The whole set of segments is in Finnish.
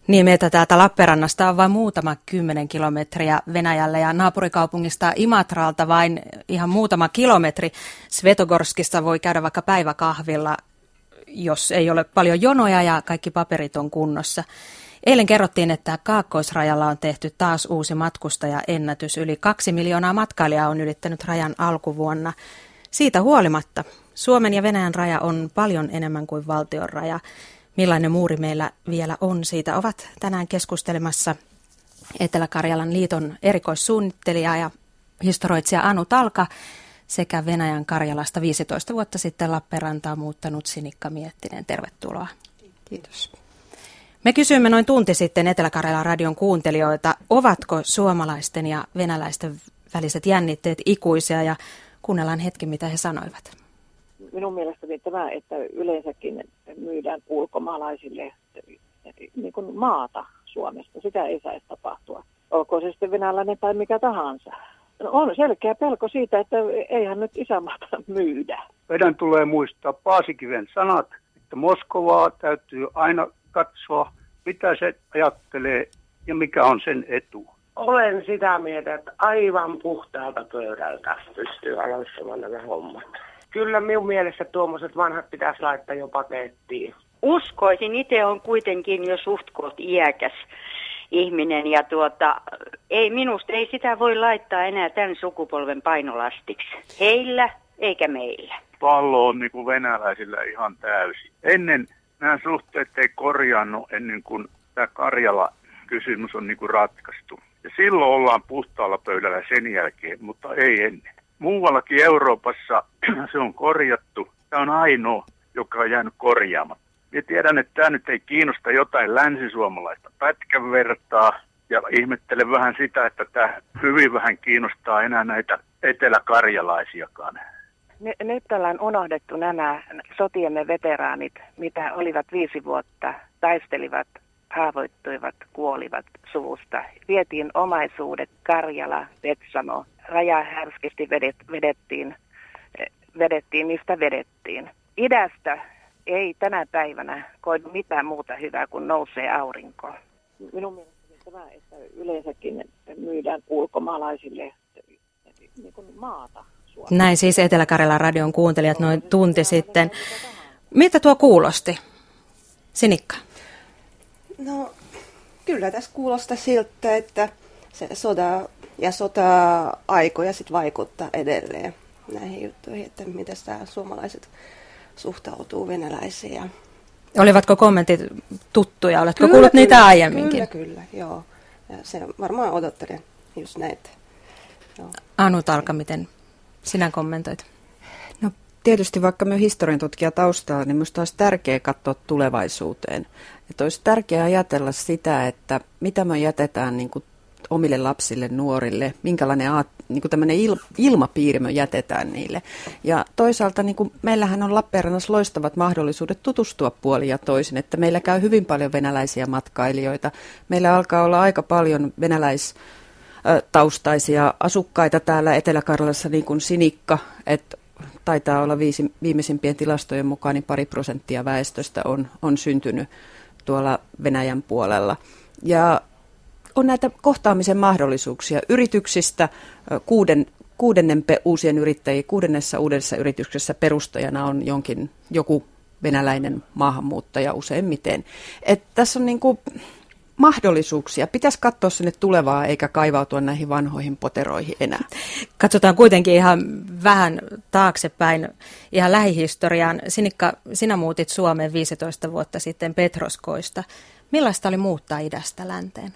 Niin, meitä täältä Lappeenrannasta on vain muutama 10 kilometriä Venäjälle ja naapurikaupungista Imatralta vain ihan muutama kilometri. Svetogorskissa voi käydä vaikka päiväkahvilla, jos ei ole paljon jonoja ja kaikki paperit on kunnossa. Eilen kerrottiin, että Kaakkoisrajalla on tehty taas uusi matkustajaennätys. Yli 2 miljoonaa matkailijaa on ylittänyt rajan alkuvuonna. Siitä huolimatta Suomen ja Venäjän raja on paljon enemmän kuin valtion raja. Millainen muuri meillä vielä on, siitä ovat tänään keskustelemassa Etelä-Karjalan liiton erikoissuunnittelija ja historioitsija Anu Talka sekä Venäjän Karjalasta 15 vuotta sitten Lappeenrantaan muuttanut Sinikka Miettinen. Tervetuloa. Kiitos. Me kysyimme noin tunti sitten Etelä-Karjalan radion kuuntelijoita, ovatko suomalaisten ja venäläisten väliset jännitteet ikuisia, ja kuunnellaan hetki, mitä he sanoivat. Minun mielestäni tämä, että yleensäkin myydään ulkomaalaisille niin kuin maata Suomesta, sitä ei saisi tapahtua. Olkoon se sitten venäläinen tai mikä tahansa. No, on selkeä pelko siitä, että eihän nyt isänmaata myydä. Meidän tulee muistaa Paasikiven sanat, että Moskovaa täytyy aina katsoa, mitä se ajattelee ja mikä on sen etu. Olen sitä mieltä, että aivan puhtaalta pöydältä pystyy aloittamaan nämä hommat. Kyllä minun mielestä tuommoiset vanhat pitäisi laittaa jo pakettiin. Uskoisin, itse on kuitenkin jo suht koht iäkäs ihminen ja minusta ei sitä voi laittaa enää tämän sukupolven painolastiksi. Heillä eikä meillä. Pallo on niin kuin venäläisillä ihan täysin. Ennen nämä suhteet ei korjannut ennen kuin tämä Karjala-kysymys on niin kuin ratkaistu. Ja silloin ollaan puhtaalla pöydällä sen jälkeen, mutta ei ennen. Muuallakin Euroopassa se on korjattu. Tämä on ainoa, joka on jäänyt korjaamatta. Minä tiedän, että tämä nyt ei kiinnosta jotain länsisuomalaista pätkän vertaa. Ja ihmettelen vähän sitä, että tämä hyvin vähän kiinnostaa enää näitä eteläkarjalaisiakaan. Nyt ollaan unohdettu nämä sotiemme veteraanit, mitä olivat 5 vuotta, taistelivat, haavoittuivat, kuolivat suvusta. Vietiin omaisuudet, Karjala, Petsamo, raja härskisti vedettiin, mistä vedettiin. Idästä ei tänä päivänä koidu mitään muuta hyvää kuin nousee aurinko. Minun mielestäni tämä, että yleensäkin myydään ulkomaalaisille niin kuin maata. Näin siis Etelä-Karjalan radion kuuntelijat noin tunti sitten. Mitä tuo kuulosti? Sinikka? No, kyllä tässä kuulostaa siltä, että se sota-aikoja sitten vaikuttaa edelleen näihin juttuihin, että miten tämä suomalaiset suhtautuu venäläisiin. Olivatko kommentit tuttuja? Oletko kuullut niitä aiemminkin? Kyllä, joo. Ja se varmaan odottelen just näitä. Joo. Anu Talka, miten sinä kommentoit? No tietysti vaikka me historian tutkija taustalla, niin minusta olisi tärkeää katsoa tulevaisuuteen. Että olisi tärkeää ajatella sitä, että mitä me jätetään niin kuin omille lapsille, nuorille, minkälainen niin kuin tämmöinen ilmapiiri me jätetään niille. Ja toisaalta niin kuin meillähän on Lappeenrannassa loistavat mahdollisuudet tutustua puolin ja toisin, että meillä käy hyvin paljon venäläisiä matkailijoita. Meillä alkaa olla aika paljon venäläistaustaisia asukkaita täällä Etelä-Karjalassa, niin kuin Sinikka, että taitaa olla viimeisimpien tilastojen mukaan niin 2% väestöstä on syntynyt tuolla Venäjän puolella. Ja on näitä kohtaamisen mahdollisuuksia yrityksistä. Kuudennessa uudessa yrityksessä perustajana on joku venäläinen maahanmuuttaja useimmiten. Että tässä on niin kuin mahdollisuuksia. Pitäisi katsoa sinne tulevaa eikä kaivautua näihin vanhoihin poteroihin enää. Katsotaan kuitenkin ihan vähän taaksepäin, ihan lähihistoriaan. Sinikka, sinä muutit Suomeen 15 vuotta sitten Petroskoista. Millaista oli muuttaa idästä länteen?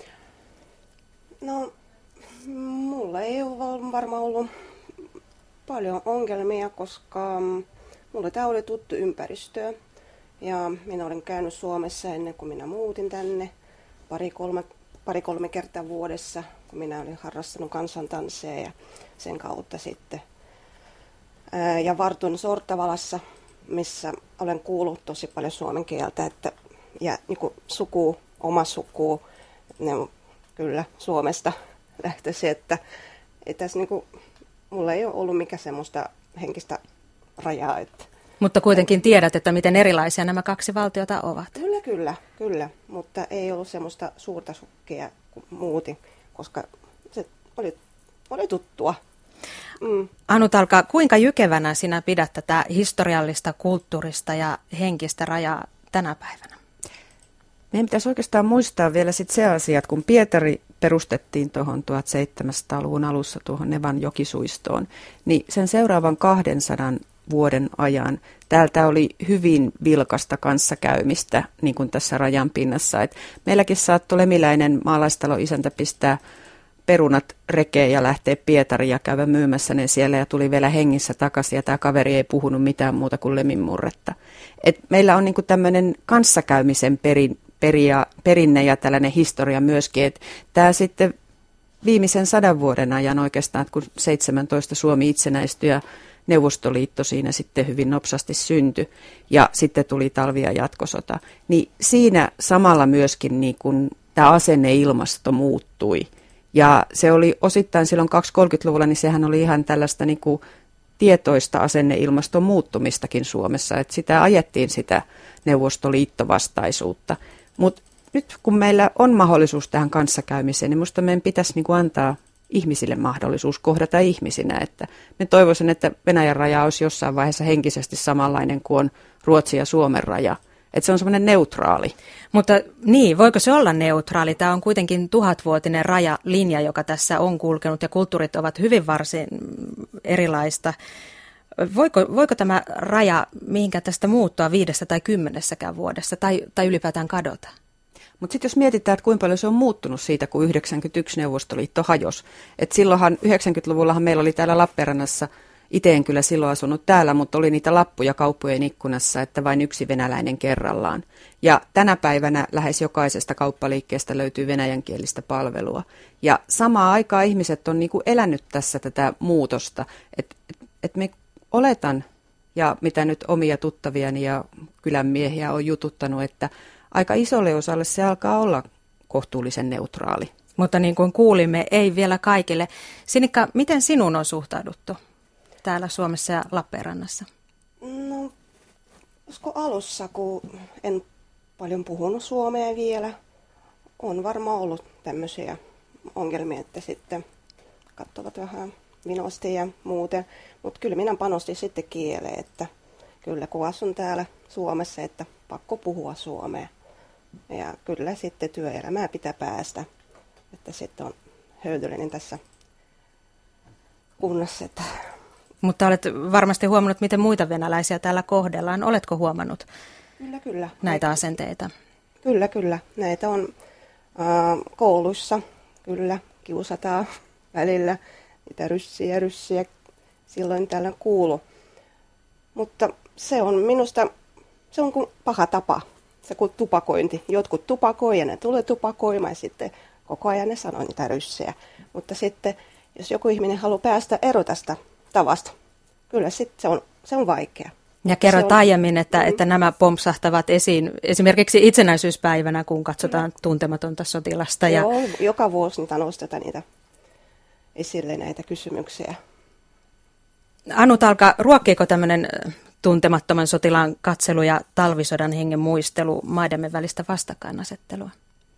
No, mulla ei ole varmaan ollut paljon ongelmia, koska mulla tämä oli tuttu ympäristö. Ja minä olin käynyt Suomessa ennen kuin minä muutin tänne pari-kolme kertaa vuodessa, kun minä olin harrastanut kansantansseja ja sen kautta sitten. Ja vartun Sortavalassa, missä olen kuullut tosi paljon suomen kieltä, ja niin kuin oma suku, ne on kyllä Suomesta lähtöisin, että tässä niin kuin, mulla ei ole ollut mikään semmoista henkistä rajaa. Että mutta kuitenkin tiedät, että miten erilaisia nämä kaksi valtiota ovat. Kyllä, mutta ei ollut semmoista suurta shokkia kuin muutin, koska se oli tuttua. Anu Talka, kuinka jykevänä sinä pidät tätä historiallista, kulttuurista ja henkistä rajaa tänä päivänä? Meidän pitäisi oikeastaan muistaa vielä sit se asia, että kun Pietari perustettiin tuohon 1700-luvun alussa tuohon Nevan jokisuistoon, niin sen seuraavan 200 vuoden ajan täältä oli hyvin vilkasta kanssakäymistä, niin kuin tässä rajan pinnassa. Et meilläkin saattoi Lemiläinen maalaistaloisäntä pistää perunat rekeen ja lähteä Pietariin ja käydä myymässä ne siellä ja tuli vielä hengissä takaisin ja tämä kaveri ei puhunut mitään muuta kuin leminmurretta. Et meillä on niinku tämmöinen kanssakäymisen perinne ja tällainen historia myöskin, että tämä sitten viimeisen 100 vuoden ajan oikeastaan, kun 17 Suomi itsenäistyi ja Neuvostoliitto siinä sitten hyvin nopsasti syntyi ja sitten tuli talvi- ja jatkosota, niin siinä samalla myöskin niin kun tämä asenneilmasto muuttui. Ja se oli osittain silloin 20-30-luvulla, niin sehän oli ihan tällaista niin kuin tietoista asenneilmaston muuttumistakin Suomessa, että sitä ajettiin sitä neuvostoliittovastaisuutta. Mutta nyt kun meillä on mahdollisuus tähän kanssakäymiseen, niin minusta meidän pitäisi niin kuin antaa ihmisille mahdollisuus kohdata ihmisinä. Että me toivoisin, että Venäjän raja olisi jossain vaiheessa henkisesti samanlainen kuin on Ruotsin ja Suomen raja. Että se on semmoinen neutraali. Mutta niin, voiko se olla neutraali? Tämä on kuitenkin 1000-vuotinen rajalinja, joka tässä on kulkenut ja kulttuurit ovat hyvin varsin erilaista. Voiko tämä raja mihinkä tästä muuttua 5 tai 10 vuodessa tai ylipäätään kadota? Mutta sitten jos mietitään, että kuinka paljon se on muuttunut siitä, kun 91 Neuvostoliitto hajosi. Että silloinhan 90-luvullahan meillä oli täällä Lappeenrannassa, itse en kyllä silloin asunut täällä, mutta oli niitä lappuja kauppojen ikkunassa, että vain yksi venäläinen kerrallaan. Ja tänä päivänä lähes jokaisesta kauppaliikkeestä löytyy venäjänkielistä palvelua. Ja samaan aikaan ihmiset on niinku elänyt tässä tätä muutosta, että me oletan, ja mitä nyt omia tuttaviani ja kylänmiehiä on jututtanut, että aika isolle osalle se alkaa olla kohtuullisen neutraali. Mutta niin kuin kuulimme, ei vielä kaikille. Sinikka, miten sinun on suhtauduttu täällä Suomessa ja Lappeenrannassa? No, olisiko alussa, kun en paljon puhunut suomea vielä, on varmaan ollut tämmöisiä ongelmia, että sitten katsovat vähän minusta ja muuten. Mutta kyllä minä panostin sitten kieleen, että kyllä kun asun täällä Suomessa, että pakko puhua suomea. Ja kyllä sitten työelämää pitää päästä, että sitten on hyödyllinen tässä kunnassa. Että mutta olet varmasti huomannut, miten muita venäläisiä täällä kohdellaan. Oletko huomannut kyllä. näitä asenteita? Kyllä. Näitä on kouluissa, kyllä, kiusataan välillä. Niitä ryssiä silloin täällä kuuluu. Mutta se on minusta, se on kuin paha tapa, se kuin tupakointi. Jotkut tupakoi ja ne tulee tupakoimaan ja sitten koko ajan ne sanoo niitä ryssiä. Mutta sitten, jos joku ihminen haluaa päästä ero tästä tavasta, kyllä sitten se on vaikea. Ja kerroit aiemmin, että nämä pompsahtavat esiin esimerkiksi itsenäisyyspäivänä, kun katsotaan Tuntematonta sotilasta. Joo, joka vuosi niitä nostetaan niitä esille näitä kysymyksiä. Anu Talka, ruokkiiko tämmöinen Tuntemattoman sotilaan katselu ja talvisodan hengen muistelu maidemme välistä vastakkainasettelua?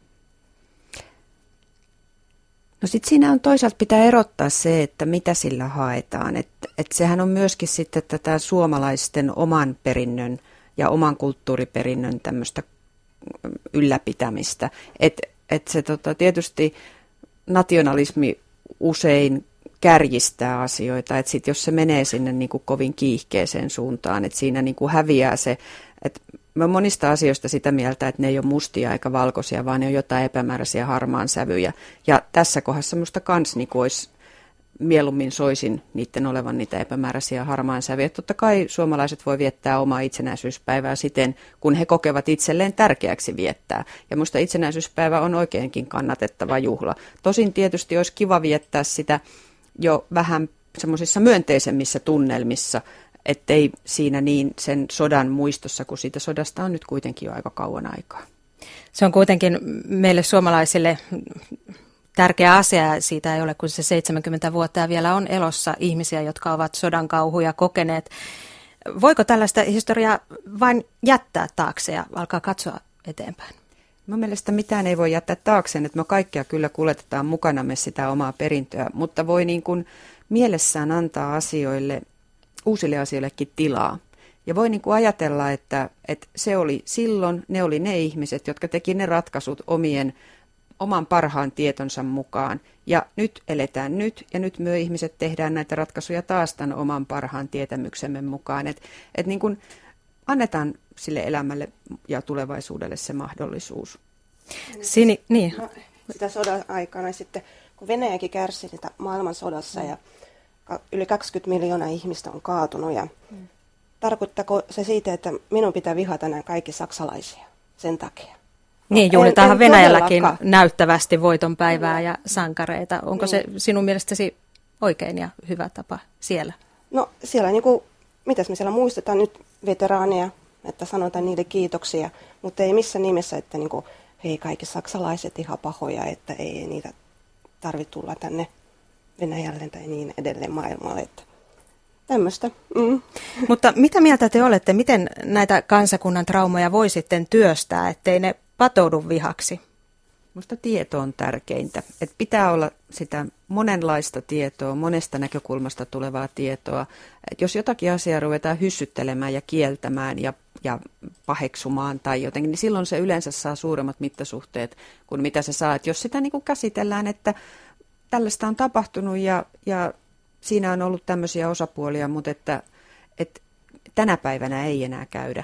No sitten siinä on toisaalta pitää erottaa se, että mitä sillä haetaan. Että sehän on myöskin sitten tätä suomalaisten oman perinnön ja oman kulttuuriperinnön tämmöistä ylläpitämistä. Että se tietysti nationalismi usein kärjistää asioita, että sitten jos se menee sinne niin kuin kovin kiihkeeseen suuntaan, että siinä niin kuin häviää se, että mä oon monista asioista sitä mieltä, että ne ei ole mustia eikä valkoisia, vaan ne on jotain epämääräisiä harmaan sävyjä. Ja tässä kohdassa musta kans niin olisi mieluummin soisin niiden olevan niitä epämääräisiä harmaan sävyjä. Totta kai suomalaiset voi viettää omaa itsenäisyyspäivää siten, kun he kokevat itselleen tärkeäksi viettää. Ja musta itsenäisyyspäivä on oikeinkin kannatettava juhla. Tosin tietysti olisi kiva viettää sitä jo vähän semmoisissa myönteisemmissä tunnelmissa, ettei siinä niin sen sodan muistossa, kun siitä sodasta on nyt kuitenkin jo aika kauan aikaa. Se on kuitenkin meille suomalaisille tärkeä asia. Siitä ei ole kuin se 70 vuotta ja vielä on elossa ihmisiä, jotka ovat sodan kauhuja kokeneet. Voiko tällaista historiaa vain jättää taakse ja alkaa katsoa eteenpäin? Mun mielestä mitään ei voi jättää taakseen, että me kaikkia kyllä kuljetetaan mukanamme sitä omaa perintöä, mutta voi niin kuin mielessään antaa asioille, uusille asioillekin tilaa. Ja voi niin kuin ajatella, että se oli silloin, ne oli ne ihmiset, jotka teki ne ratkaisut oman parhaan tietonsa mukaan. Ja nyt eletään nyt, ja nyt me ihmiset tehdään näitä ratkaisuja taas tämän oman parhaan tietämyksemme mukaan. Että niin kuin annetaan sille elämälle ja tulevaisuudelle se mahdollisuus. Niin. No, sitä sodan aikana sitten, kun Venäjäkin kärsi niitä maailmansodassa ja yli 20 miljoonaa ihmistä on kaatunut. Ja tarkoittaako se siitä, että minun pitää vihata nämä kaikki saksalaisia sen takia? Niin, juhlitaan Venäjälläkin näyttävästi voitonpäivää ja sankareita. Onko se sinun mielestäsi oikein ja hyvä tapa siellä? No siellä mitäs me siellä muistetaan nyt veteraaneja, että sanotaan niille kiitoksia, mutta ei missään nimessä, että hei kaikki saksalaiset ihan pahoja, että ei niitä tarvitse tulla tänne Venäjälle tai niin edelleen maailmalle. Että tämmöistä. Mutta mitä mieltä te olette, miten näitä kansakunnan traumoja voi sitten työstää, ettei ne patoudu vihaksi? Minusta tieto on tärkeintä. Että pitää olla sitä monenlaista tietoa, monesta näkökulmasta tulevaa tietoa. Et jos jotakin asiaa ruvetaan hyssyttelemään ja kieltämään ja paheksumaan tai jotenkin, niin silloin se yleensä saa suuremmat mittasuhteet kuin mitä se saa. Et jos sitä niin kuin käsitellään, että tällaista on tapahtunut ja siinä on ollut tämmöisiä osapuolia, mutta että tänä päivänä ei enää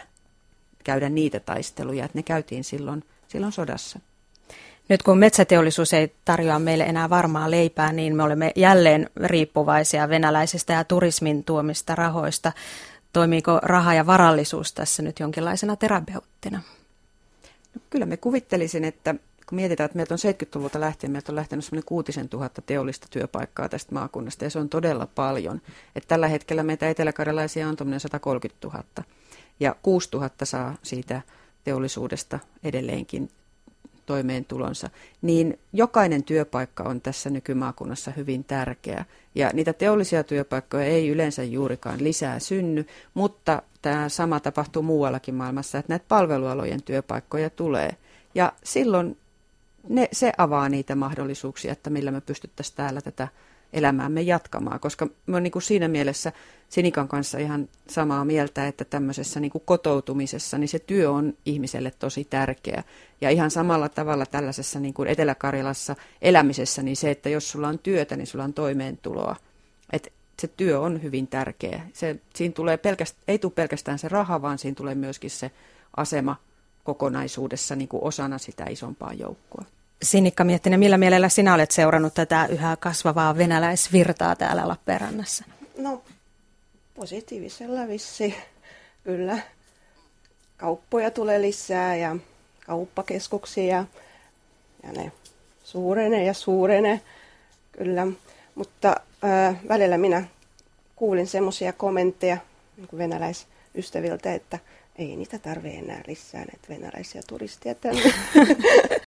käydä niitä taisteluja, että ne käytiin silloin sodassa. Nyt kun metsäteollisuus ei tarjoa meille enää varmaa leipää, niin me olemme jälleen riippuvaisia venäläisistä ja turismin tuomista rahoista. Toimiiko raha ja varallisuus tässä nyt jonkinlaisena terapeuttina? No, kyllä me kuvittelisin, että kun mietitään, että meiltä on 70-luvulta lähtien, meiltä on lähtenyt semmoinen 6000 teollista työpaikkaa tästä maakunnasta, ja se on todella paljon. Että tällä hetkellä meitä eteläkarjalaisia on tuommoinen 130 000, ja 6000 saa siitä teollisuudesta edelleenkin toimeentulonsa, niin jokainen työpaikka on tässä nykymaakunnassa hyvin tärkeä. Ja niitä teollisia työpaikkoja ei yleensä juurikaan lisää synny, mutta tämä sama tapahtuu muuallakin maailmassa, että näitä palvelualojen työpaikkoja tulee. Ja silloin se avaa niitä mahdollisuuksia, että millä me pystyttäisiin täällä tätä elämäämme jatkamaan, koska me on niin kuin siinä mielessä Sinikan kanssa ihan samaa mieltä, että tämmöisessä niin kuin kotoutumisessa niin se työ on ihmiselle tosi tärkeä. Ja ihan samalla tavalla tällaisessa niin kuin Etelä-Karjalassa elämisessä, niin se, että jos sulla on työtä, niin sulla on toimeentuloa. Että se työ on hyvin tärkeä. Siinä tulee ei tule pelkästään se raha, vaan siinä tulee myöskin se asema kokonaisuudessa niin kuin osana sitä isompaa joukkoa. Sinikka Miettinen, millä mielellä sinä olet seurannut tätä yhä kasvavaa venäläisvirtaa täällä Lappeenrannassa? No, positiivisella vissi, kyllä. Kauppoja tulee lisää ja kauppakeskuksia ja ne suurenee, kyllä. Mutta välillä minä kuulin semmoisia kommentteja niin kuin venäläisystäviltä, että ei niitä tarvitse enää lisää, näitä venäläisiä turisteja tänne.